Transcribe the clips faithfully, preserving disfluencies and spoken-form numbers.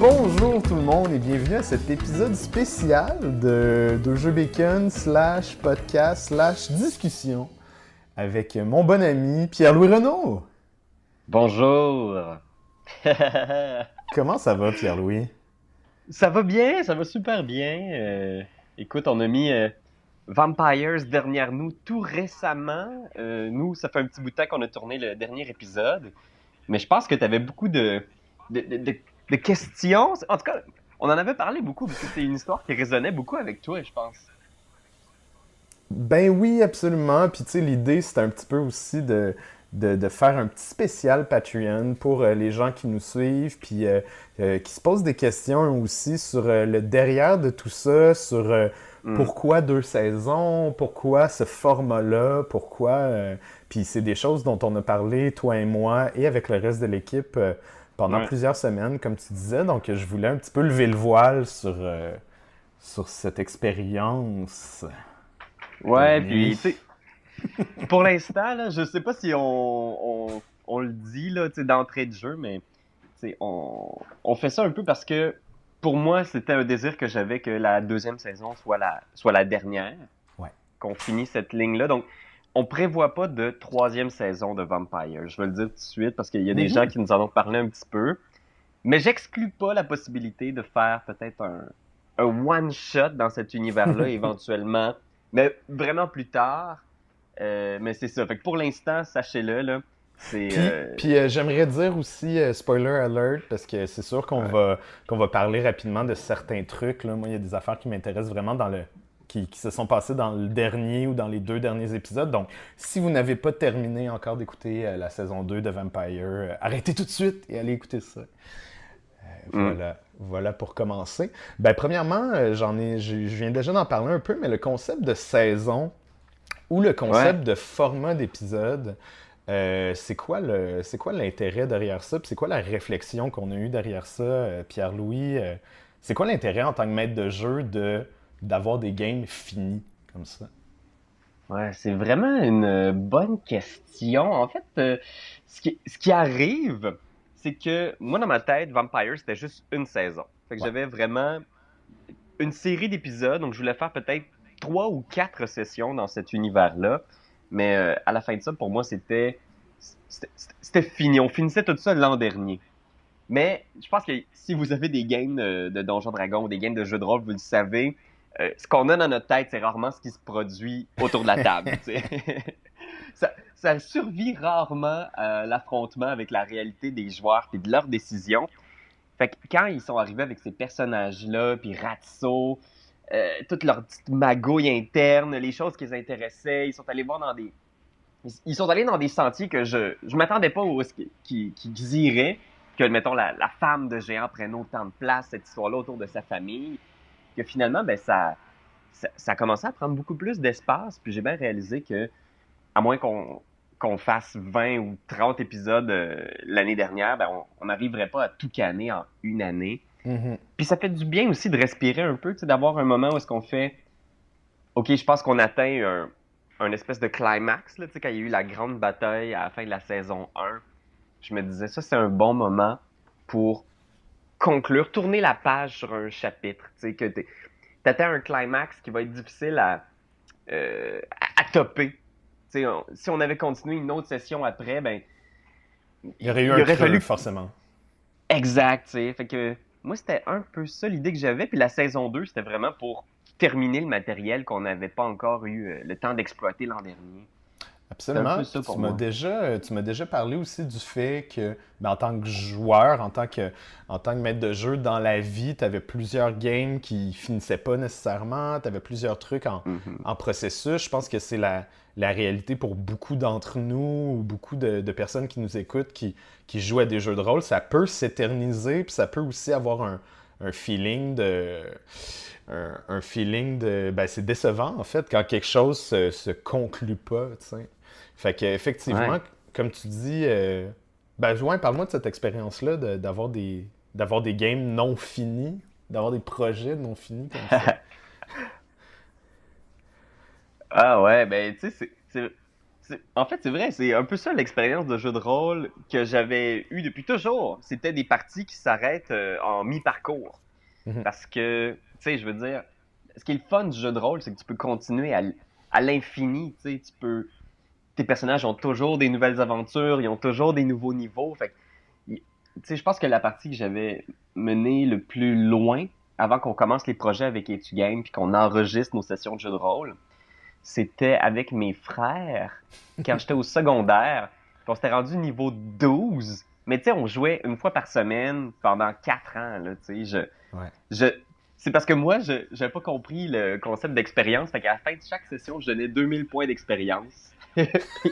Bonjour tout le monde et bienvenue à cet épisode spécial de, de Jeux Bacon slash podcast slash discussion avec mon bon ami Pierre-Louis Renaud. Bonjour. Comment ça va Pierre-Louis? Ça va bien, ça va super bien. Euh, écoute, on a mis euh, Vampires derrière nous tout récemment. Euh, nous, ça fait un petit bout de temps qu'on a tourné le dernier épisode. Mais je pense que tu avais beaucoup de, de, de, de, de questions. En tout cas, on en avait parlé beaucoup parce que c'est une histoire qui résonnait beaucoup avec toi, je pense. Ben oui, absolument. Puis tu sais, l'idée, c'est un petit peu aussi de, de, de faire un petit spécial Patreon pour euh, les gens qui nous suivent, puis euh, euh, qui se posent des questions aussi sur euh, le derrière de tout ça, sur euh, Mm. pourquoi deux saisons, pourquoi ce format-là, pourquoi... euh, Puis c'est des choses dont on a parlé, toi et moi, et avec le reste de l'équipe, euh, pendant Ouais. plusieurs semaines, comme tu disais. Donc je voulais un petit peu lever le voile sur, euh, sur cette expérience de Ouais, puis nuit. tu sais, pour l'instant, là, je sais pas si on, on, on le dit là, tu sais, d'entrée de jeu, mais tu sais, on, on fait ça un peu parce que pour moi, c'était un désir que j'avais que la deuxième saison soit la, soit la dernière, Ouais. qu'on finisse cette ligne-là. Donc, on prévoit pas de troisième saison de Vampire. Je vais le dire tout de suite parce qu'il y a des gens Mhm. qui nous en ont parlé un petit peu. Mais j'exclus pas la possibilité de faire peut-être un, un one-shot dans cet univers-là éventuellement, mais vraiment plus tard. Euh, mais c'est ça. Fait que pour l'instant, sachez-le, là, c'est... Puis, euh, puis euh, j'aimerais dire aussi, euh, spoiler alert, parce que c'est sûr qu'on ouais. va, qu'on va parler rapidement de certains trucs. Là. Moi, il y a des affaires qui m'intéressent vraiment dans le, qui, qui se sont passées dans le dernier ou dans les deux derniers épisodes. Donc, si vous n'avez pas terminé encore d'écouter euh, la saison deux de Vampire, euh, arrêtez tout de suite et allez écouter ça. Euh, Mm. voilà, voilà pour commencer. Ben, premièrement, euh, j'en ai, je je viens déjà d'en parler un peu, mais le concept de saison ou le Ouais. concept de format d'épisode, euh, c'est quoi le, c'est quoi l'intérêt derrière ça? Puis c'est quoi la réflexion qu'on a eue derrière ça, euh, Pierre-Louis? Euh, c'est quoi l'intérêt en tant que maître de jeu de, d'avoir des games finis comme ça? Ouais, c'est vraiment une euh, bonne question. En fait, euh, ce qui, ce qui arrive, c'est que moi, dans ma tête, Vampire, c'était juste une saison. Fait que Ouais. j'avais vraiment une série d'épisodes, donc je voulais faire peut-être trois ou quatre sessions dans cet univers-là. Mais euh, à la fin de ça, pour moi, c'était c'était c'était fini. On finissait tout ça l'an dernier. Mais je pense que si vous avez des games de, de Donjons Dragons ou des games de jeux de rôle, vous le savez, euh, ce qu'on a dans notre tête, c'est rarement ce qui se produit autour de la table. tu sais. ça, ça survit rarement à l'affrontement avec la réalité des joueurs et de leurs décisions. Fait que quand ils sont arrivés avec ces personnages-là, puis Ratso, euh, toutes leurs petites magouilles internes, les choses qui les intéressaient, ils sont allés voir dans des... Ils ils sont allés dans des sentiers que je je m'attendais pas où est-ce qu'ils qu'ils- qu'ils iraient, que, mettons, la, la femme de géant prenne autant de place, cette histoire-là autour de sa famille, que finalement, ben, ça, ça, ça a commencé à prendre beaucoup plus d'espace, puis j'ai bien réalisé que, à moins qu'on qu'on fasse vingt ou trente épisodes euh, l'année dernière, ben, on n'arriverait pas à tout canner en une année. Mhm. Puis ça fait du bien aussi de respirer un peu, tu sais, d'avoir un moment où est-ce qu'on fait, OK, je pense qu'on atteint un, un espèce de climax, là, tu sais, quand il y a eu la grande bataille à la fin de la saison un, je me disais, ça, c'est un bon moment pour conclure, tourner la page sur un chapitre, tu sais, que t'es- t'atteins un climax qui va être difficile à, euh, à, à topper. Tu sais, on- si on avait continué une autre session après, ben, Il y aurait eu il un aurait creux, fallu forcément. exact, tu sais. Fait que moi, c'était un peu ça l'idée que j'avais. Puis la saison deux, c'était vraiment pour terminer le matériel qu'on n'avait pas encore eu euh, le temps d'exploiter l'an dernier. C'était un Absolument. peu Puis ça tu pour m'as moi. déjà, tu m'as déjà parlé aussi du fait que, ben, en tant que joueur, en tant que, en tant que maître de jeu dans la vie, tu avais plusieurs games qui finissaient pas nécessairement, tu avais plusieurs trucs en, Mhm. en processus. Je pense que c'est la, la réalité pour beaucoup d'entre nous ou beaucoup de, de personnes qui nous écoutent qui, qui jouent à des jeux de rôle. Ça peut s'éterniser, puis ça peut aussi avoir un, un feeling de un, un feeling de ben c'est décevant en fait quand quelque chose se, se conclut pas, tu sais. Fait que effectivement, Ouais. comme tu dis, euh, ben ouais, parle-moi de cette expérience-là de- d'avoir des d'avoir des games non finis, d'avoir des projets non finis comme ça. Ah ouais, ben tu sais, c'est c'est- C'est- En fait, c'est vrai, c'est un peu ça l'expérience de jeu de rôle que j'avais eu depuis toujours. C'était des parties qui s'arrêtent euh, en mi-parcours. Mhm. Parce que, tu sais, je veux dire, ce qui est le fun du jeu de rôle, c'est que tu peux continuer à, l- à l'infini, tu sais, tu peux... Tes personnages ont toujours des nouvelles aventures, ils ont toujours des nouveaux niveaux. Fait que, y- tu sais, je pense que la partie que j'avais menée le plus loin, avant qu'on commence les projets avec Etu Game, puis qu'on enregistre nos sessions de jeu de rôle, c'était avec mes frères quand j'étais au secondaire. Puis on s'était rendu niveau douze. Mais tu sais, on jouait une fois par semaine pendant quatre ans. Là, tu sais, je, Ouais. je, c'est parce que moi, je n'avais pas compris le concept d'expérience. Fait qu'à la fin de chaque session, je donnais deux mille points d'expérience. Puis,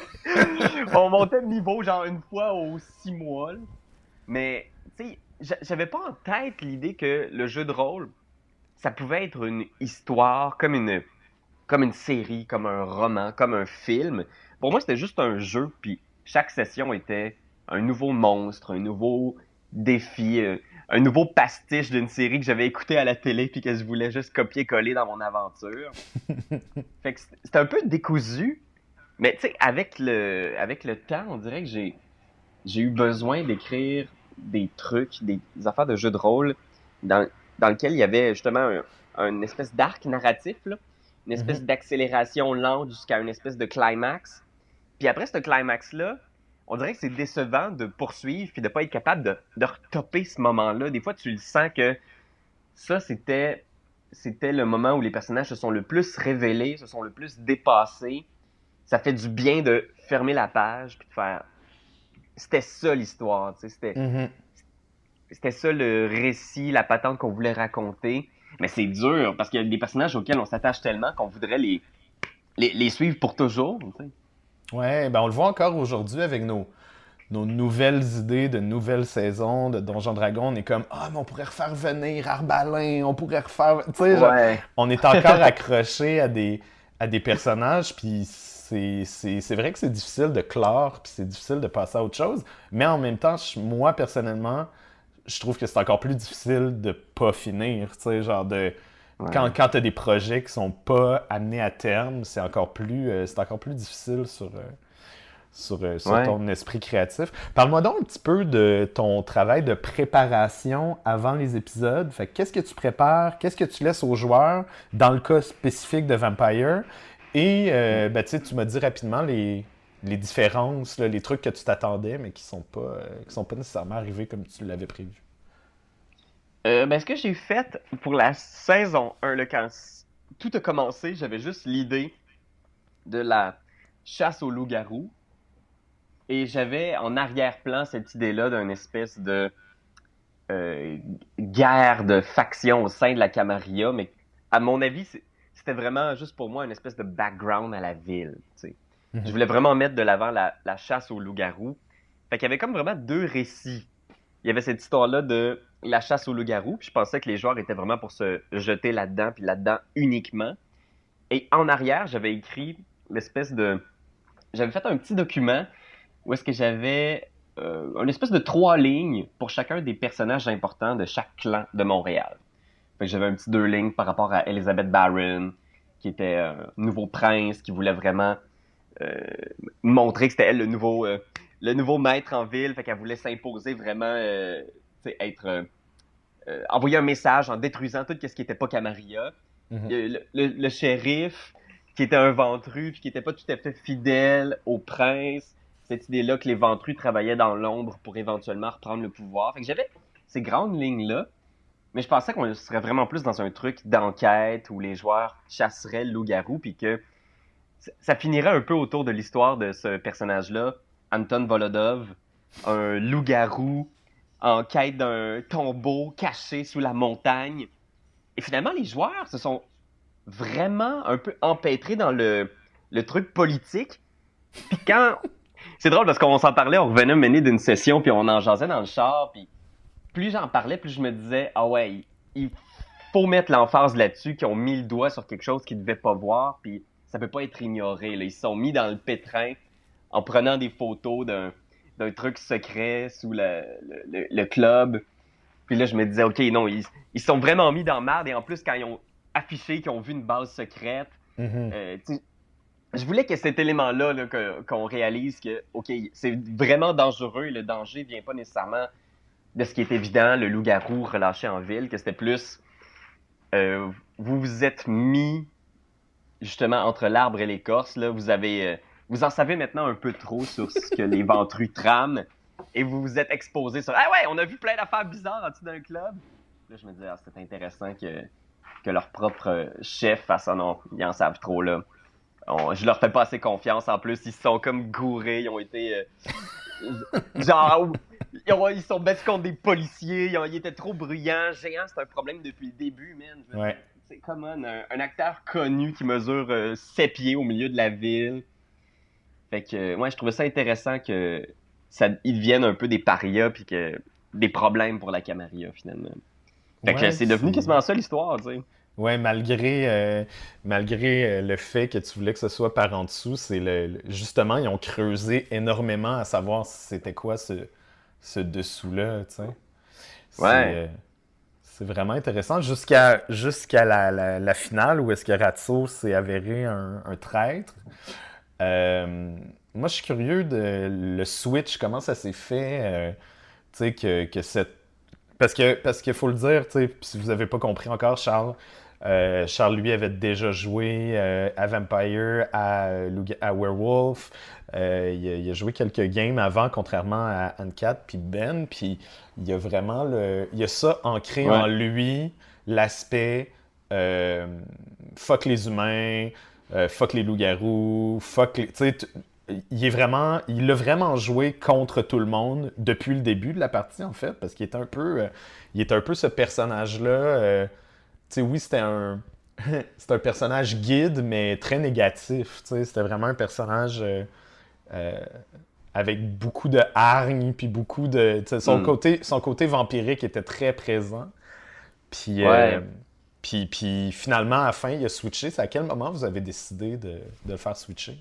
on montait de niveau genre une fois aux six mois. Là. Mais tu sais, j'a- j'avais pas en tête l'idée que le jeu de rôle, ça pouvait être une histoire comme une comme une série, comme un roman, comme un film. Pour moi, c'était juste un jeu, puis chaque session était un nouveau monstre, un nouveau défi, euh, un nouveau pastiche d'une série que j'avais écoutée à la télé puis que je voulais juste copier-coller dans mon aventure. Fait que c'était un peu décousu, mais tu sais, avec le, avec le temps, on dirait que j'ai, j'ai eu besoin d'écrire des trucs, des, des affaires de jeux de rôle dans, dans lequel il y avait justement un, un espèce d'arc narratif, là, une espèce Mhm. d'accélération lente jusqu'à une espèce de climax. Puis après ce climax-là, on dirait que c'est décevant de poursuivre puis de pas être capable de, de retopper ce moment-là. Des fois, tu le sens que ça, c'était, c'était le moment où les personnages se sont le plus révélés, se sont le plus dépassés. Ça fait du bien de fermer la page puis de faire c'était ça l'histoire, tu sais, c'était, Mhm. c'était ça le récit, la patente qu'on voulait raconter. Mais c'est dur parce qu'il y a des personnages auxquels on s'attache tellement qu'on voudrait les, les, les suivre pour toujours. Tu sais. Ouais, ben on le voit encore aujourd'hui avec nos, nos nouvelles idées de nouvelles saisons de Donjons Dragons. On est comme, ah, mais on pourrait refaire venir Arbalin, on pourrait refaire. Tu sais, genre, Ouais. on est encore accroché à des, à des personnages, puis c'est, c'est, c'est vrai que c'est difficile de clore, puis c'est difficile de passer à autre chose. Mais en même temps, je- moi, personnellement, je trouve que c'est encore plus difficile de pas finir. Tu sais, genre de. Quand, Ouais. quand tu as des projets qui sont pas amenés à terme, c'est encore plus, euh, c'est encore plus difficile sur, euh, sur, euh, sur Ouais. ton esprit créatif. Parle-moi donc un petit peu de ton travail de préparation avant les épisodes. Fait que qu'est-ce que tu prépares? Qu'est-ce que tu laisses aux joueurs dans le cas spécifique de Vampire? Et euh, ben, tu sais, tu m'as dit rapidement les, les différences, là, les trucs que tu t'attendais, mais qui sont pas, euh, qui sont pas nécessairement arrivés comme tu l'avais prévu. Euh, ben, ce que j'ai fait pour la saison un, là, quand s- tout a commencé, j'avais juste l'idée de la chasse au loup-garou. Et j'avais en arrière-plan cette idée-là d'une espèce de euh, guerre de factions au sein de la Camarilla, mais à mon avis, c'est- c'était vraiment juste pour moi une espèce de background à la ville. Tu sais. Je Mhm. voulais vraiment mettre de l'avant la, la chasse aux loups-garous. Fait qu'il y avait comme vraiment deux récits. Il y avait cette histoire-là de la chasse aux loups-garous, puis je pensais que les joueurs étaient vraiment pour se jeter là-dedans, puis là-dedans uniquement. Et en arrière, j'avais écrit l'espèce de... J'avais fait un petit document où est-ce que j'avais euh, une espèce de trois lignes pour chacun des personnages importants de chaque clan de Montréal. Fait que j'avais un petit deux lignes par rapport à Elizabeth Barron, qui était un nouveau prince, qui voulait vraiment euh, montrer que c'était elle le nouveau, euh, le nouveau maître en ville, fait qu'elle voulait s'imposer vraiment, euh, tu sais, être, euh, euh, envoyer un message en détruisant tout ce qui n'était pas Camarilla. Mhm. Le, le, le shérif, qui était un ventru, puis qui n'était pas tout à fait fidèle au prince, cette idée-là que les ventrus travaillaient dans l'ombre pour éventuellement reprendre le pouvoir. Fait que j'avais ces grandes lignes-là, mais je pensais qu'on serait vraiment plus dans un truc d'enquête où les joueurs chasseraient le loup-garou, puis que ça finirait un peu autour de l'histoire de ce personnage-là, Anton Volodov, un loup-garou en quête d'un tombeau caché sous la montagne. Et finalement, les joueurs se sont vraiment un peu empêtrés dans le, le truc politique. Puis quand... C'est drôle parce qu'on s'en parlait, on revenait mener d'une session, puis on en jasait dans le char, puis plus j'en parlais, plus je me disais, ah ouais, il faut mettre l'emphase là-dessus, qu'ils ont mis le doigt sur quelque chose qu'ils ne devaient pas voir, puis ça peut pas être ignoré. Là. Ils se sont mis dans le pétrin en prenant des photos d'un, d'un truc secret sous le, le, le, le club. Puis là, je me disais, OK, non, ils ils se sont vraiment mis dans le merde, et en plus, quand ils ont affiché qu'ils ont vu une base secrète, Mhm. euh, tu sais, je voulais que cet élément-là, là, que- qu'on réalise que, OK, c'est vraiment dangereux, le danger vient pas nécessairement de ce qui est évident, le loup-garou relâché en ville, que c'était plus, euh, vous vous êtes mis justement entre l'arbre et l'écorce, là, vous avez, euh, vous en savez maintenant un peu trop sur ce que les ventrus trament, et vous vous êtes exposé sur, ah ouais, on a vu plein d'affaires bizarres en dessous d'un club. Là, je me disais, ah, c'est intéressant que, que leur propre chef fasse ça, non, ils en savent trop, là. On- je leur fais pas assez confiance. En plus, ils se sont comme gourés. Ils ont été. euh, genre. Ils, ont- ils sont battus contre des policiers. Ils, ont- ils étaient trop bruyants. Géant, c'est un problème depuis le début, man. Je veux Ouais. dire, c'est comme un, un acteur connu qui mesure euh, sept pieds au milieu de la ville. Fait que, euh, ouais, je trouvais ça intéressant que ça, ils deviennent un peu des parias puis que des problèmes pour la Camarilla, finalement. Fait que Ouais, c'est devenu puis... quasiment ça l'histoire, tu sais. Ouais, malgré, euh, malgré euh, le fait que tu voulais que ce soit par en dessous, c'est le, le- justement, ils ont creusé énormément à savoir c'était quoi ce, ce dessous-là, tu sais. C'est Ouais. euh, c'est vraiment intéressant jusqu'à jusqu'à la, la, la finale où est-ce que Ratso s'est avéré un, un traître. Euh, Moi, je suis curieux de le switch, comment ça s'est fait, euh, tu sais, que, que cette parce que parce qu'il faut le dire, tu sais, si vous avez pas compris encore, Charles, euh, Charles lui avait déjà joué euh, à Vampire, à, à Werewolf. Euh, il, a, il a joué quelques games avant, contrairement à Ancat puis Ben. Puis il y a vraiment le, il y a ça ancré en Ouais. lui, l'aspect euh, fuck les humains, euh, fuck les loups-garous, fuck les, tu sais, t- il est vraiment, il a vraiment joué contre tout le monde depuis le début de la partie en fait, parce qu'il est un peu, euh, il est un peu ce personnage-là. Euh, tu sais, oui, c'était un, c'est un personnage guide, mais très négatif. Tu sais, c'était vraiment un personnage euh, euh, avec beaucoup de hargne, puis beaucoup de, tu sais, son Hmm. côté, son côté vampirique était très présent. Puis, euh, Ouais. puis, puis finalement, à la fin, il a switché. C'est à quel moment vous avez décidé de, de le faire switcher?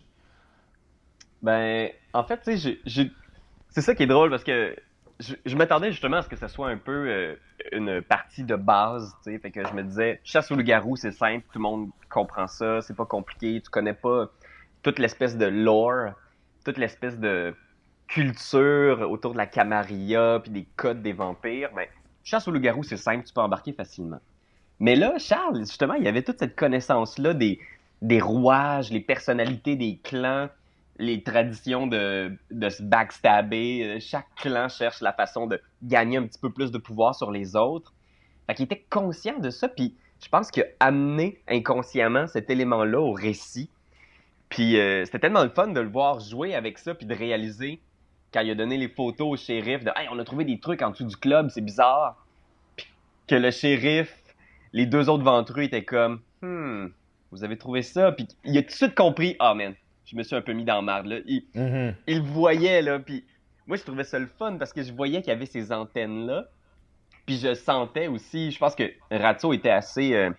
Ben, en fait, tu sais, j'ai, j'ai- c'est ça qui est drôle parce que je, je m'attendais justement à ce que ce soit un peu euh, une partie de base, tu sais. Fait que je me disais, chasse au loup-garou, c'est simple, tout le monde comprend ça, c'est pas compliqué, tu connais pas toute l'espèce de lore, toute l'espèce de culture autour de la Camarilla puis des codes des vampires. Ben, chasse au loup-garou, c'est simple, tu peux embarquer facilement. Mais là, Charles, justement, il y avait toute cette connaissance-là des, des rouages, les personnalités des clans, les traditions de, de se backstabber. Euh, Chaque clan cherche la façon de gagner un petit peu plus de pouvoir sur les autres. Fait qu'il était conscient de ça, puis je pense qu'il a amené inconsciemment cet élément-là au récit. Puis euh, c'était tellement le fun de le voir jouer avec ça, puis de réaliser, quand il a donné les photos au shérif, de « Hey, on a trouvé des trucs en dessous du club, c'est bizarre. » Que le shérif, les deux autres ventreux étaient comme Hmm, vous avez trouvé ça? Puis il a tout de suite compris, ah man, je me suis un peu mis dans la marde là. Il, Mhm. il voyait là, puis moi je trouvais ça le fun parce que je voyais qu'il y avait ces antennes là, puis je sentais aussi, je pense que Ratso était assez, euh,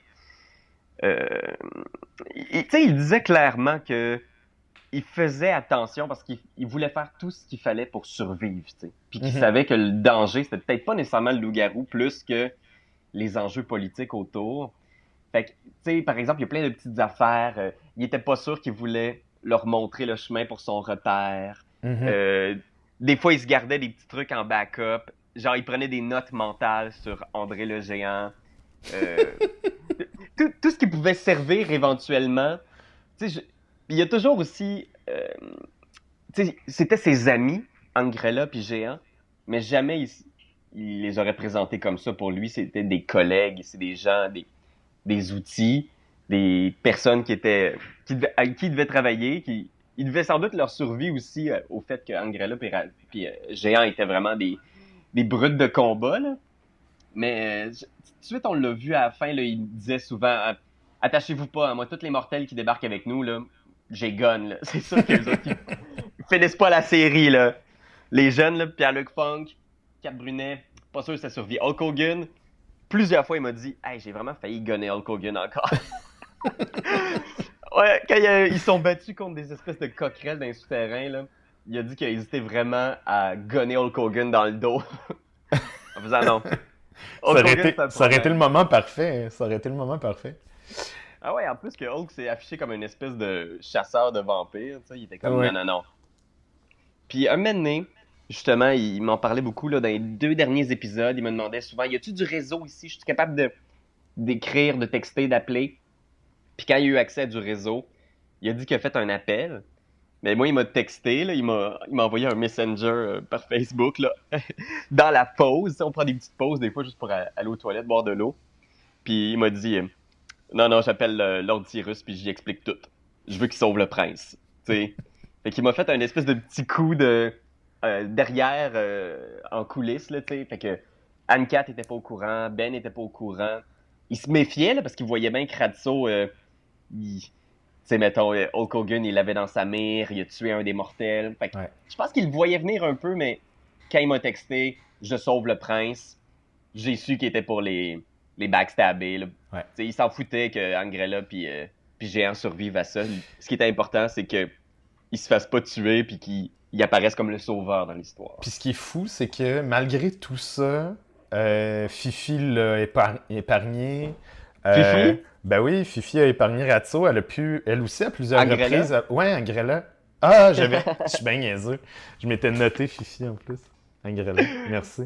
euh, tu sais, il disait clairement que il faisait attention parce qu'il il voulait faire tout ce qu'il fallait pour survivre, tu sais. Puis qu'il Mhm. savait que le danger c'était peut-être pas nécessairement le loup-garou plus que les enjeux politiques autour. Fait que, tu sais, par exemple, il y a plein de petites affaires. Euh, il était pas sûr qu'il voulait leur montrer le chemin pour son repère. Mhm. Euh, des fois, il se gardait des petits trucs en backup. Genre, il prenait des notes mentales sur André le Géant. Euh, tout, tout ce qui pouvait servir éventuellement. Tu sais, je- il y a toujours aussi... euh, tu sais, c'était ses amis, Angrella puis Géant, mais jamais il, il les aurait présentés comme ça. Pour lui, c'était des collègues, c'est des gens, des, des outils, des personnes qui étaient qui devaient, avec qui il devait travailler, qui il devait sans doute leur survie aussi euh, au fait que Angrella puis, Ra- puis, euh, Géant étaient vraiment des, des brutes de combat, là. Mais euh, je- tout de suite, on l'a vu à la fin, là, il disait souvent euh, attachez-vous pas, à moi, tous les mortels qui débarquent avec nous, là, j'ai gun, là. C'est sûr que les autres, ils finissent pas la série, là. Les jeunes, là, Pierre-Luc Funk, Cap Brunet, pas sûr que ça survit. Hulk Hogan, plusieurs fois, il m'a dit hey, j'ai vraiment failli gunner Hulk Hogan encore. Ouais, quand il a- ils sont battus contre des espèces de coquerelles dans les souterrains, là, il a dit qu'il a hésité vraiment à gunner Hulk Hogan dans le dos. En faisant non. Ça Hulk aurait Hogan, été, c'est un ça aurait été le problème. moment parfait. hein. Ça aurait été le moment parfait. Ah ouais, en plus que Hulk s'est affiché comme une espèce de chasseur de vampires, tu sais, il était comme non, Ouais. non, non. Puis un moment donné, justement, il m'en parlait beaucoup là, dans les deux derniers épisodes. Il me demandait souvent, y a-tu du réseau ici? Je suis capable de d'écrire, de texter, d'appeler. Puis quand il a eu accès à du réseau, il a dit qu'il a fait un appel. Mais moi, il m'a texté, là, il m'a il m'a envoyé un messenger euh, par Facebook là, dans la pause. Tu sais, on prend des petites pauses des fois juste pour a- aller aux toilettes, boire de l'eau. Puis il m'a dit euh, non, non, j'appelle euh, Lord Cyrus puis j'y explique tout. Je veux qu'il sauve le prince. Tu sais. Fait qu'il m'a fait un espèce de petit coup de euh, derrière euh, en coulisses, là, tu sais. Fait que Anne-Cat était pas au courant, Ben était pas au courant. Il se méfiait, là, parce qu'il voyait bien que Ratso, euh, il- tu sais, mettons, euh, Hulk Hogan, il l'avait dans sa mire, il a tué un des mortels. Fait que Ouais. je pense qu'il le voyait venir un peu, mais quand il m'a texté, je sauve le prince, j'ai su qu'il était pour les, les backstabber, là. Ouais. Tu sais, il s'en foutait que Angrella puis euh, puis Géant survivent à ça. Ce qui était important, c'est que il se fasse pas tuer puis qu'il il apparaisse comme le sauveur dans l'histoire. Puis ce qui est fou, c'est que malgré tout ça, euh, Fifi l'a épar- épargné. Euh, Fifi, ben oui, Fifi a épargné Ratso. Elle a pu, elle aussi, à plusieurs Angrella, reprises. à- Ouais, Angrella. Ah, j'avais. Je suis bien niaiseux. Je m'étais noté Fifi en plus. Angrella, merci.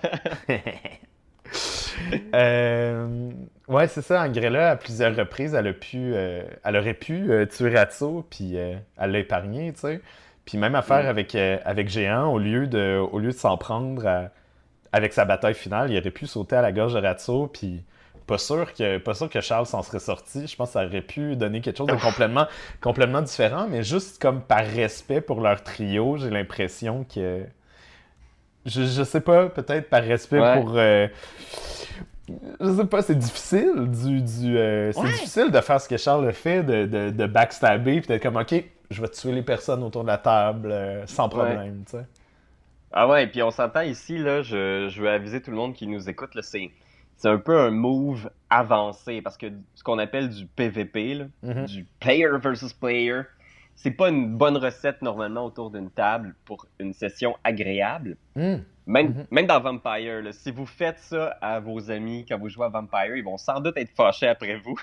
Euh, ouais, c'est ça. Angrella, à plusieurs reprises, elle a pu, euh, elle aurait pu euh, tuer Ratso, puis euh, elle l'a épargné, tu sais. Puis même affaire Mm. avec, euh, avec Géant, au lieu de, au lieu de s'en prendre à- avec sa bataille finale, il aurait pu sauter à la gorge de Ratso, puis pas sûr que, pas sûr que Charles s'en serait sorti. Je pense que ça aurait pu donner quelque chose de complètement, complètement différent, mais juste comme par respect pour leur trio, j'ai l'impression que je, je sais pas, peut-être par respect Ouais. pour. Euh, je sais pas, c'est difficile. Du, du, euh, c'est Ouais. difficile de faire ce que Charles a fait, de, de, de backstabber, puis d'être comme, ok, je vais tuer les personnes autour de la table euh, sans Ouais. problème, tu sais. Ah ouais, puis on s'entend ici, là, je, je veux aviser tout le monde qui nous écoute, là, c'est, c'est un peu un move avancé, parce que ce qu'on appelle du P V P, là, Mhm. du player versus player, c'est pas une bonne recette normalement autour d'une table pour une session agréable. Mm. Même, Mhm. même dans Vampire, là, si vous faites ça à vos amis quand vous jouez à Vampire, ils vont sans doute être fâchés après vous.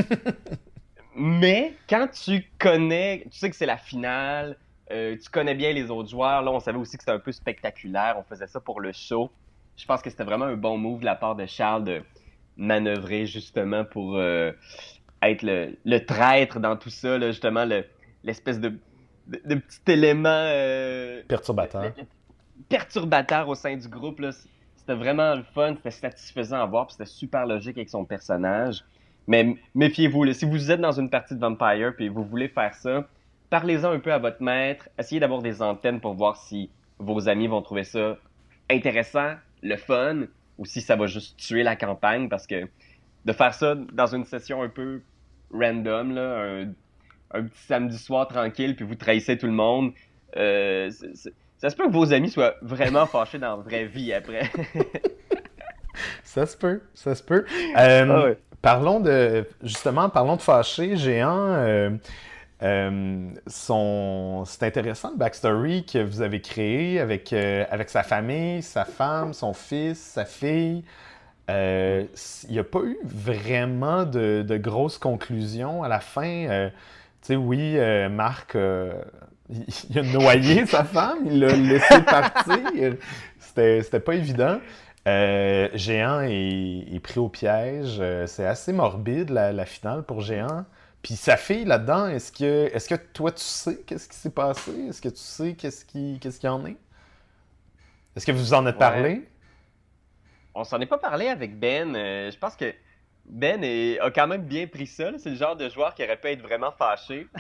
Mais quand tu connais, tu sais que c'est la finale, euh, tu connais bien les autres joueurs, là on savait aussi que c'était un peu spectaculaire, on faisait ça pour le show. Je pense que c'était vraiment un bon move de la part de Charles de manœuvrer justement pour euh, être le, le traître dans tout ça, là, justement le, l'espèce de, de, de petit élément euh, le- le- Perturbateur. le perturbateur au sein du groupe. Là. C'était vraiment le fun, c'était satisfaisant à voir, puis c'était super logique avec son personnage. Mais méfiez-vous, là, si vous êtes dans une partie de Vampire et vous voulez faire ça, parlez-en un peu à votre maître, essayez d'avoir des antennes pour voir si vos amis vont trouver ça intéressant, le fun, ou si ça va juste tuer la campagne, parce que de faire ça dans une session un peu random, là, un, un petit samedi soir tranquille, puis vous trahissez tout le monde, euh, c'est- c'est- ça se peut que vos amis soient vraiment fâchés dans la vraie vie après. Ça se peut, ça se peut. Ah Euh, ouais. parlons de, justement, parlons de fâché, Géant. Euh, euh, son... C'est intéressant le backstory que vous avez créé avec, euh, avec sa famille, sa femme, son fils, sa fille. Euh, Il n'y a pas eu vraiment de, de grosses conclusions à la fin. Euh, tu sais, oui, euh, Marc, euh, il, il a noyé sa femme, il l'a laissé partir. C'était, c'était pas évident. Euh, Géant est, est pris au piège. Euh, c'est assez morbide, la, la finale pour Géant. Puis sa fille là-dedans, est-ce que, est-ce que toi tu sais qu'est-ce qui s'est passé? Est-ce que tu sais qu'est-ce qui, qu'est-ce qu'il y en est? Est-ce que vous vous en êtes Ouais. parlé? On s'en est pas parlé avec Ben. Euh, je pense que Ben est- a quand même bien pris ça, là. C'est le genre de joueur qui aurait pu être vraiment fâché.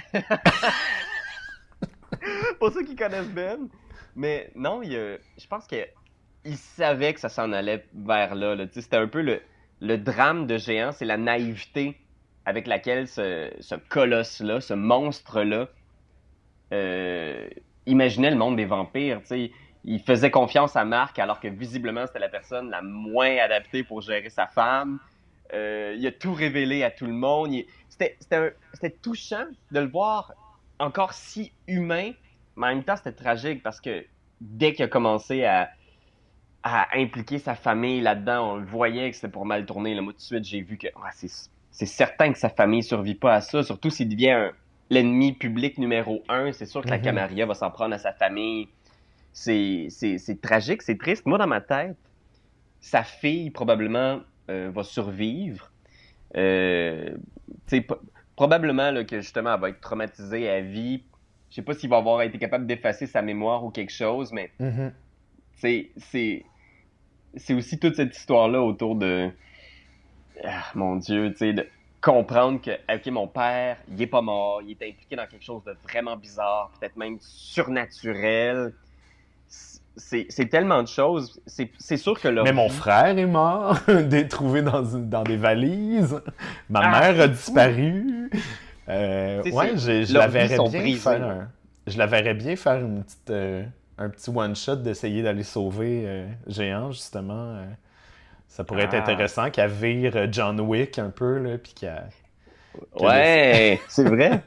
Pour ceux qui connaissent Ben. Mais non, il, a- je pense que il savait que ça s'en allait vers là, là. Tu sais, c'était un peu le, le drame de Géant, c'est la naïveté avec laquelle ce, ce colosse-là, ce monstre-là, euh, imaginait le monde des vampires. Tu sais. Il faisait confiance à Marc alors que visiblement c'était la personne la moins adaptée pour gérer sa femme. Euh, il a tout révélé à tout le monde. Il- C'était, c'était, un- c'était touchant de le voir encore si humain, mais en même temps c'était tragique parce que dès qu'il a commencé à, à impliquer sa famille là-dedans, on le voyait que c'était pour mal tourner. Là. Moi tout de suite j'ai vu que ah, c'est, c'est certain que sa famille survit pas à ça, surtout s'il devient un- l'ennemi public numéro un. C'est sûr que la Mhm. Camarilla va s'en prendre à sa famille. C'est, c'est, c'est tragique, c'est triste. Moi, dans ma tête, sa fille, probablement, euh, va survivre. Euh, tu sais, p- probablement là, que justement, elle va être traumatisée à vie. Je sais pas s'il va avoir été capable d'effacer sa mémoire ou quelque chose, mais Mhm. c'est, c'est, c'est aussi toute cette histoire-là autour de, ah, mon Dieu, tu sais, de comprendre que, ok, mon père, il est pas mort, il est impliqué dans quelque chose de vraiment bizarre, peut-être même surnaturel. C'est, c'est tellement de choses. C'est, c'est sûr que leur Mais mon vie. frère est mort, des- trouvé dans, une- dans des valises. Ma Ah, mère a c'est fou! disparu. Euh, Tu sais, ouais, c'est, je, je la leurs vies verrais sont bien brisées, faire là. un, je la verrais bien faire une petite, euh, un petit one-shot d'essayer d'aller sauver euh, Géant, justement. euh. Ça pourrait être Ah, intéressant qu'elle vire euh, John Wick un peu, là, puis qu'elle qu'elle essaie- ouais, c'est vrai.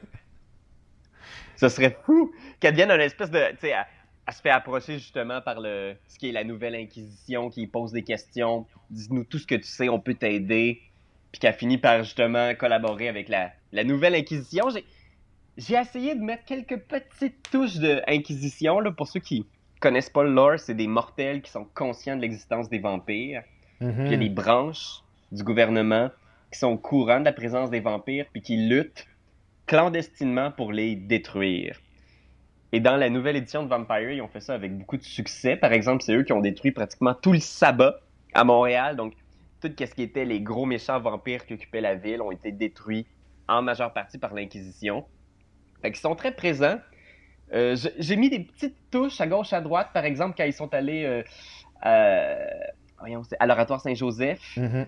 Ce serait fou qu'elle devienne une espèce de. Tu sais, elle, elle se fait approcher justement par le ce qui est la nouvelle Inquisition, qui pose des questions. Dis-nous tout ce que tu sais, on peut t'aider. Puis qu'elle finit par justement collaborer avec la, la nouvelle Inquisition. J'ai, j'ai essayé de mettre quelques petites touches de Inquisition, là, pour ceux qui connaissent pas le lore, c'est des mortels qui sont conscients de l'existence des vampires. Puis il y a des Mhm. branches du gouvernement qui sont au courant de la présence des vampires, puis qui luttent clandestinement pour les détruire. Et dans la nouvelle édition de Vampire, ils ont fait ça avec beaucoup de succès. Par exemple, c'est eux qui ont détruit pratiquement tout le sabbat à Montréal. Donc, tout ce qui était les gros méchants vampires qui occupaient la ville ont été détruits en majeure partie par l'Inquisition. Fait qu'ils sont très présents. Euh, je- j'ai mis des petites touches à gauche, à droite, par exemple, quand ils sont allés euh, à, voyons, c'est à l'Oratoire Saint-Joseph. Mhm.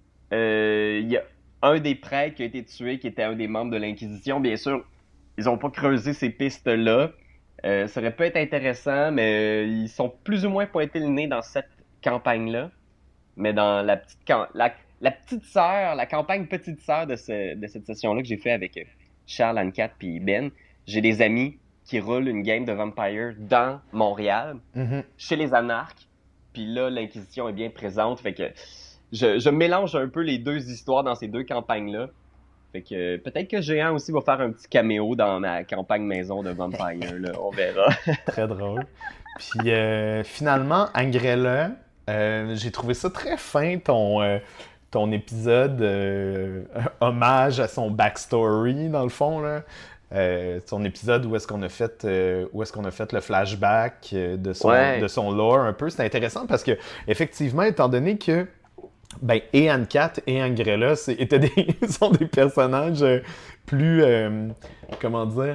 Euh, Il y a un des prêtres qui a été tué, qui était un des membres de l'Inquisition. Bien sûr, ils n'ont pas creusé ces pistes-là. Euh, ça aurait pu être intéressant, mais euh, ils sont plus ou moins pointés le nez dans cette campagne-là. Mais dans la petite cam- la, la petite sœur, la campagne petite sœur de, ce, de cette session-là que j'ai fait avec euh, Charles, Anne-Cat puis Ben, j'ai des amis qui roulent une game de Vampire dans Montréal, Mhm. chez les Anarques. Puis là, l'Inquisition est bien présente. Fait que je, je mélange un peu les deux histoires dans ces deux campagnes-là. Fait que euh, peut-être que Géant aussi va faire un petit caméo dans ma campagne maison de Vampire, là. On verra. Très drôle. Puis euh, finalement, Angrella, euh, j'ai trouvé ça très fin, ton, euh, ton épisode euh, hommage à son backstory, dans le fond, là. Euh, son épisode où est-ce qu'on a fait euh, où est-ce qu'on a fait le flashback euh, de son de Ouais. son lore un peu, c'est intéressant parce que effectivement, étant donné que ben, et Anne-Cat et Angrella c'est, étaient des, sont des personnages euh, plus euh, comment dire,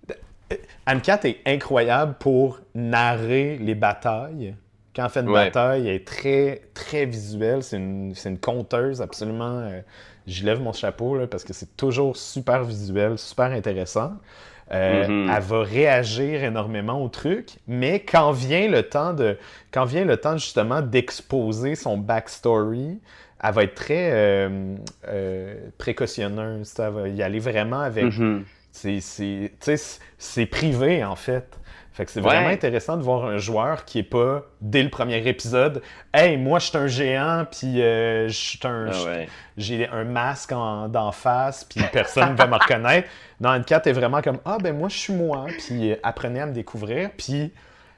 Anne-Cat est incroyable pour narrer les batailles. Quand elle fait une Ouais. bataille, elle est très, très visuelle. C'est une, c'est une conteuse absolument. Euh, j'y lève mon chapeau là, parce que c'est toujours super visuel, super intéressant. Euh, Mhm. elle va réagir énormément au truc, mais quand vient le temps de, quand vient le temps justement d'exposer son backstory, elle va être très euh, euh, précautionneuse. Elle va y aller vraiment avec Mhm. c'est, c'est, tu sais, c'est privé, en fait. Fait que c'est vraiment Ouais. intéressant de voir un joueur qui est pas, dès le premier épisode, hey, moi, je suis un géant, puis euh, je suis un- Ah je- ouais. j'ai un masque en, d'en face, puis personne ne va me reconnaître. Non, Anne-Cat est vraiment comme, ah, ben moi, je suis moi, puis euh, apprenez à me découvrir. Puis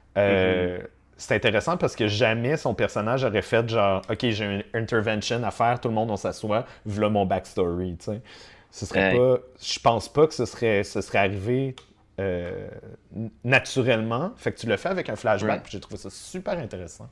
Mhm. euh, c'est intéressant parce que jamais son personnage aurait fait genre, ok, j'ai une intervention à faire, tout le monde, on s'assoit, voilà mon backstory, tu sais. Ce serait Ouais. pas. Je pense pas que ce serait, ce serait arrivé euh, naturellement. Fait que tu le fais avec un flashback, Ouais. puis j'ai trouvé ça super intéressant.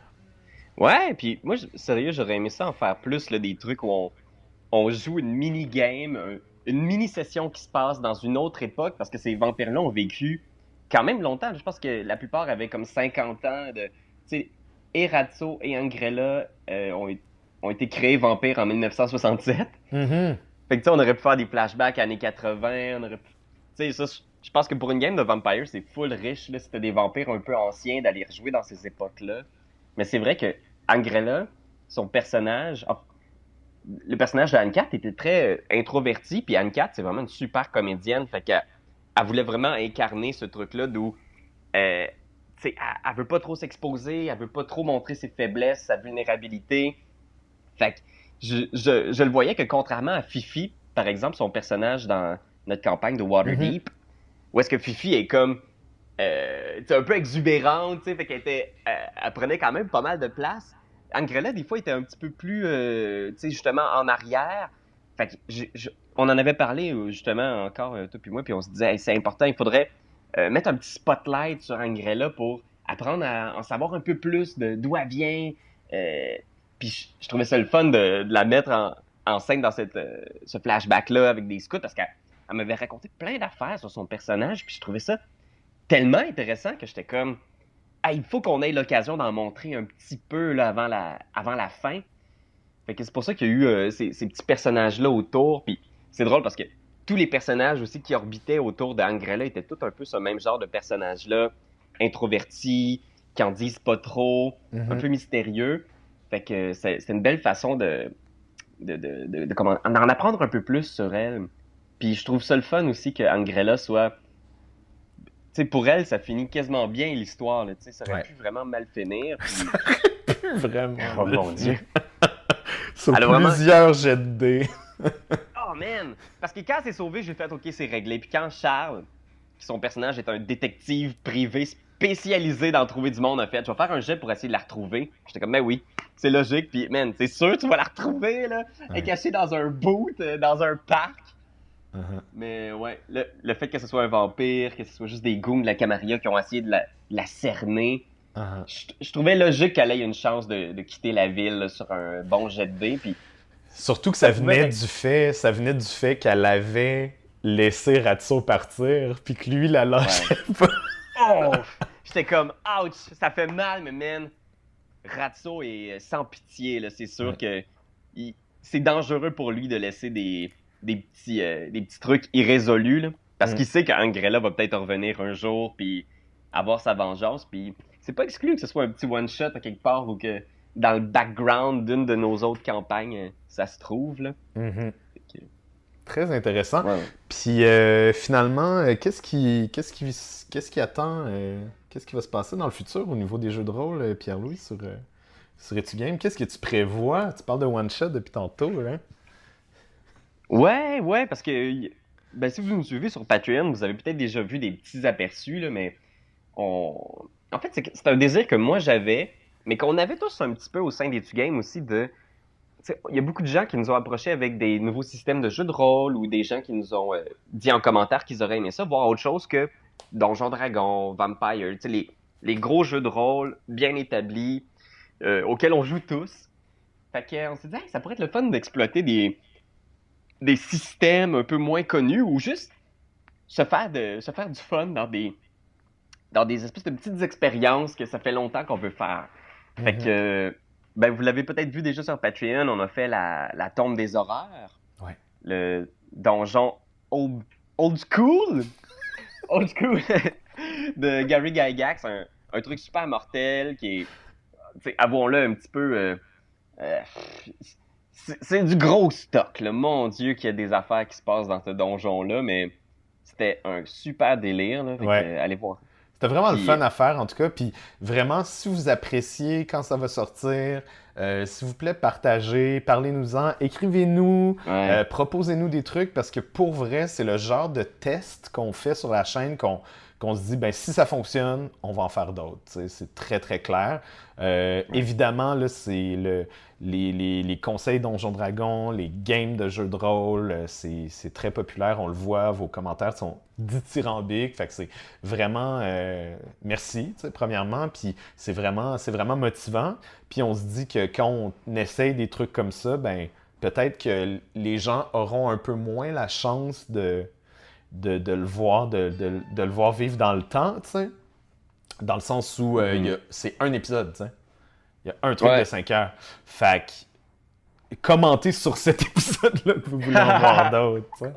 Ouais, puis moi, je- sérieux, j'aurais aimé ça en faire plus, là, des trucs où on, on joue une mini-game, un- une mini-session qui se passe dans une autre époque, parce que ces vampires-là ont vécu quand même longtemps. Je pense que la plupart avaient comme cinquante ans de... Tu sais, et Ratso et Angrella euh, ont, ont été créés vampires en mille neuf cent soixante-sept. Mhm. Fait que tu sais, on aurait pu faire des flashbacks années quatre-vingts, on aurait pu... Tu sais, ça, je je pense que pour une game de Vampire, c'est full riche, là, si t'as des vampires un peu anciens, d'aller rejouer dans ces époques-là. Mais c'est vrai que Angrella, son personnage... ah, le personnage de Anne-Cat était très euh, introverti, puis Anne-Cat, c'est vraiment une super comédienne, fait qu'elle elle voulait vraiment incarner ce truc-là d'où... Euh, tu sais, elle, elle veut pas trop s'exposer, elle veut pas trop montrer ses faiblesses, sa vulnérabilité. Fait je, je, je le voyais que contrairement à Fifi, par exemple, son personnage dans notre campagne de Mhm. Waterdeep, où est-ce que Fifi est comme euh, un peu exubérante, tu sais, fait qu'elle était, euh, elle prenait quand même pas mal de place. Angrella, des fois, était un petit peu plus, euh, tu sais, justement, en arrière. Fait que je- je- on en avait parlé, euh, justement, encore, euh, toi puis moi, puis on se disait, hey, c'est important, il faudrait euh, mettre un petit spotlight sur Angrella pour apprendre à en savoir un peu plus de d'où elle vient. Euh, puis je, je trouvais ça le fun de, de la mettre en, en scène dans cette, euh, ce flashback-là avec des scouts, parce qu'elle elle m'avait raconté plein d'affaires sur son personnage, puis je trouvais ça tellement intéressant que j'étais comme, ah, il faut qu'on ait l'occasion d'en montrer un petit peu là, avant, la, avant la fin. Fait que c'est pour ça qu'il y a eu euh, ces, ces petits personnages-là autour. Puis c'est drôle parce que tous les personnages aussi qui orbitaient autour d'Angrella étaient tous un peu ce même genre de personnages-là, introvertis, qui en disent pas trop, un Mhm. peu mystérieux. Fait que c'est, c'est une belle façon de, de, de, de, de comment, d'en apprendre un peu plus sur elle. Puis je trouve ça le fun aussi que Angrella soit tu sais, pour elle, ça finit quasiment bien l'histoire, là, tu sais, ça aurait Ouais. pu vraiment mal finir, puis... Plus vraiment Oh mal mon fini. Dieu! Sur Elle a vraiment... plusieurs jets de dés. Oh man! Parce que quand elle s'est sauvée, j'ai fait « Ok, c'est réglé », puis quand Charles, qui son personnage est un détective privé spécialisé dans trouver du monde, a fait « Je vais faire un jet pour essayer de la retrouver », j'étais comme « Ben oui, c'est logique, puis man, c'est sûr tu vas la retrouver, là! Elle est Ouais. cachée dans un boot, euh, dans un parc! » Uh-huh. Mais ouais, le, le fait que ce soit un vampire, que ce soit juste des goons de la Camarilla qui ont essayé de la, de la cerner, Uh-huh. je, je trouvais logique qu'elle ait une chance de, de quitter la ville là, sur un bon jet de dés. Puis Surtout que ça ça pouvait venait être. du fait, ça venait du fait qu'elle avait laissé Ratso partir, puis que lui la Ouais. lâchait pas. Oh! J'étais comme, ouch! Ça fait mal, mais man, Ratso est sans pitié. Là. C'est sûr Ouais. que il- c'est dangereux pour lui de laisser des, des, petits, euh, des petits trucs irrésolus. Là, parce Mm. qu'il sait qu'Angrella va peut-être revenir un jour, puis avoir sa vengeance. Puis c'est pas exclu que ce soit un petit one-shot à quelque part ou que dans le background d'une de nos autres campagnes, euh, ça se trouve. Là. Mhm. Fait que, Très intéressant. ouais, ouais. Puis euh, finalement, euh, qu'est-ce qui, qu'est-ce qui, qu'est-ce qui attend, euh, qu'est-ce qui va se passer dans le futur au niveau des jeux de rôle, euh, Pierre-Louis, sur, euh, sur Etu Game? Qu'est-ce que tu prévois? Tu parles de one-shot depuis tantôt, hein? Ouais, ouais, parce que ben, si vous nous suivez sur Patreon, vous avez peut-être déjà vu des petits aperçus, là, mais on... en fait, c'est que- c'est un désir que moi j'avais, mais qu'on avait tous un petit peu au sein des Game aussi de. Tu sais, il y a beaucoup de gens qui nous ont approchés avec des nouveaux systèmes de jeux de rôle ou des gens qui nous ont euh, dit en commentaire qu'ils auraient aimé ça, voir autre chose que Donjons Dragons, Vampire, tu sais, les, les gros jeux de rôle bien établis euh, auxquels on joue tous. Fait que, on s'est dit, hey, ça pourrait être le fun d'exploiter des, des systèmes un peu moins connus ou juste se faire, de, se faire du fun dans des, dans des espèces de petites expériences que ça fait longtemps qu'on veut faire. Fait Mhm. que, ben, vous l'avez peut-être vu déjà sur Patreon, on a fait la, la tombe des horreurs, Ouais. le donjon old, old school, old school de Gary Gygax, un, un truc super mortel qui est, tu sais, avouons-le, un petit peu, euh, euh, c'est c'est du gros stock, là. Mon Dieu, qu'il y a des affaires qui se passent dans ce donjon-là, mais c'était un super délire, là. Fait que, Ouais. euh, allez voir. C'était vraiment le Puis, fun à faire, en tout cas. Puis vraiment, si vous appréciez quand ça va sortir, euh, s'il vous plaît, partagez, parlez-nous-en, écrivez-nous, ouais, euh, proposez-nous des trucs, parce que pour vrai, c'est le genre de test qu'on fait sur la chaîne qu'on qu'on se dit, ben si ça fonctionne, on va en faire d'autres. Tu sais, c'est très, très clair. Euh, ouais. évidemment, là, c'est le, les, les, les conseils Donjons Dragons, les games de jeux de rôle, euh, c'est c'est très populaire, on le voit, vos commentaires sont dithyrambiques, fait que c'est vraiment euh, merci, tu sais, premièrement, puis c'est vraiment, c'est vraiment motivant, puis on se dit que quand on essaye des trucs comme ça, ben peut-être que les gens auront un peu moins la chance de, de, de le voir, de, de, de le voir vivre dans le temps, tu sais, dans le sens où euh, il y Mhm. a- c'est un épisode, tu sais. Il y a un truc de Ouais. cinq heures. Fait que commentez sur cet épisode-là que vous voulez en voir d'autres, tu sais.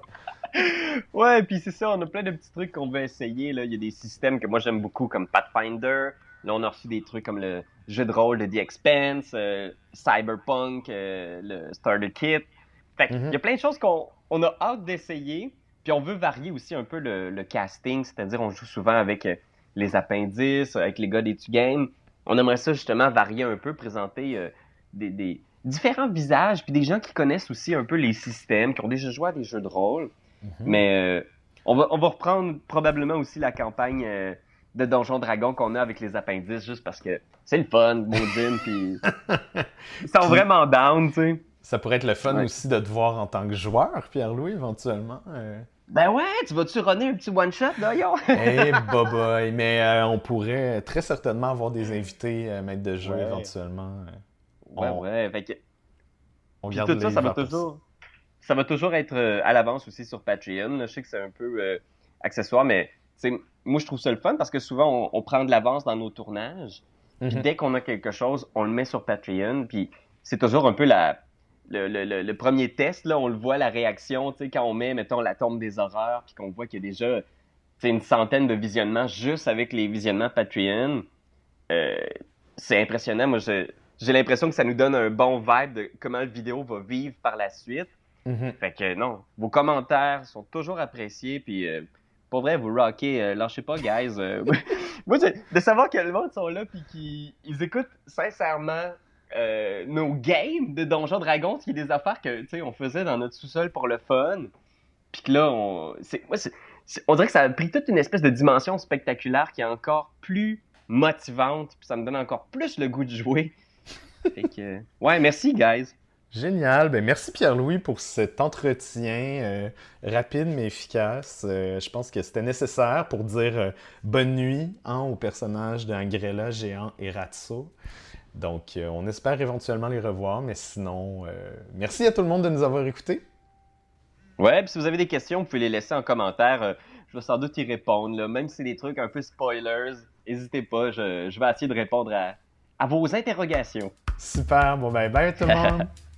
Ouais, puis c'est ça, on a plein de petits trucs qu'on veut essayer, là. Il y a des systèmes que moi j'aime beaucoup, comme Pathfinder. Là, on a reçu des trucs comme le jeu de rôle de The Expanse, euh, Cyberpunk, euh, le Starter Kit. Fait qu'il Mhm. y a plein de choses qu'on on a hâte d'essayer. Puis on veut varier aussi un peu le, le casting, c'est-à-dire on joue souvent avec euh, les appendices, avec les gars des two Games. On aimerait ça justement varier un peu, présenter euh, des, des, différents visages, puis des gens qui connaissent aussi un peu les systèmes, qui ont déjà joué à des jeux de rôle. Mhm. Mais euh, on va, on va reprendre probablement aussi la campagne euh, de Donjon Dragon qu'on a avec les appendices, juste parce que c'est le fun, Maudine, puis ils sont Puis, vraiment down, tu sais. ça pourrait être le fun Ouais. aussi de te voir en tant que joueur, Pierre-Louis, éventuellement. Euh... Ben ouais, tu vas-tu runner un petit one-shot, d'ailleurs? Eh, boboy! Mais euh, on pourrait très certainement avoir des invités euh, maîtres de jeu Ouais. éventuellement. Euh, Ouais, on, ouais, fait que... on Puis garde tout ça, les ça va verres pour ça. toujours... Ça va toujours être euh, à l'avance aussi sur Patreon. Là. Je sais que c'est un peu euh, accessoire, mais tu sais, moi, je trouve ça le fun parce que souvent, on, on prend de l'avance dans nos tournages. Puis Mhm. dès qu'on a quelque chose, on le met sur Patreon. Puis c'est toujours un peu la, le, le- le- le premier test. Là, on le voit, la réaction, tu sais, quand on met, mettons, la tombe des horreurs, puis qu'on voit qu'il y a déjà tu sais, une centaine de visionnements juste avec les visionnements Patreon. Euh, c'est impressionnant. Moi, je- j'ai l'impression que ça nous donne un bon vibe de comment la vidéo va vivre par la suite. Mhm. Fait que non, vos commentaires sont toujours appréciés, puis euh, pour vrai, vous rockez, euh, lâchez pas, guys. Euh, moi, de, de savoir que le monde sont là, puis qu'ils ils écoutent sincèrement euh, nos games de Donjons Dragons, qui est des affaires que, tu sais, on faisait dans notre sous-sol pour le fun, puis que là, on, c'est, moi, c'est, c'est- on dirait que ça a pris toute une espèce de dimension spectaculaire qui est encore plus motivante, puis ça me donne encore plus le goût de jouer. Fait que, ouais, merci, guys. Génial. Ben, merci Pierre-Louis pour cet entretien euh, rapide mais efficace. Euh, je pense que c'était nécessaire pour dire euh, bonne nuit hein, aux personnages d'Angrella, Géant et Ratso. Donc, euh, on espère éventuellement les revoir, mais sinon, euh, merci à tout le monde de nous avoir écoutés. Ouais, puis si vous avez des questions, vous pouvez les laisser en commentaire. Euh, je vais sans doute y répondre, là. Même si c'est des trucs un peu spoilers, n'hésitez pas, je, je vais essayer de répondre à, à vos interrogations. Super. Bon, ben, bye tout le monde.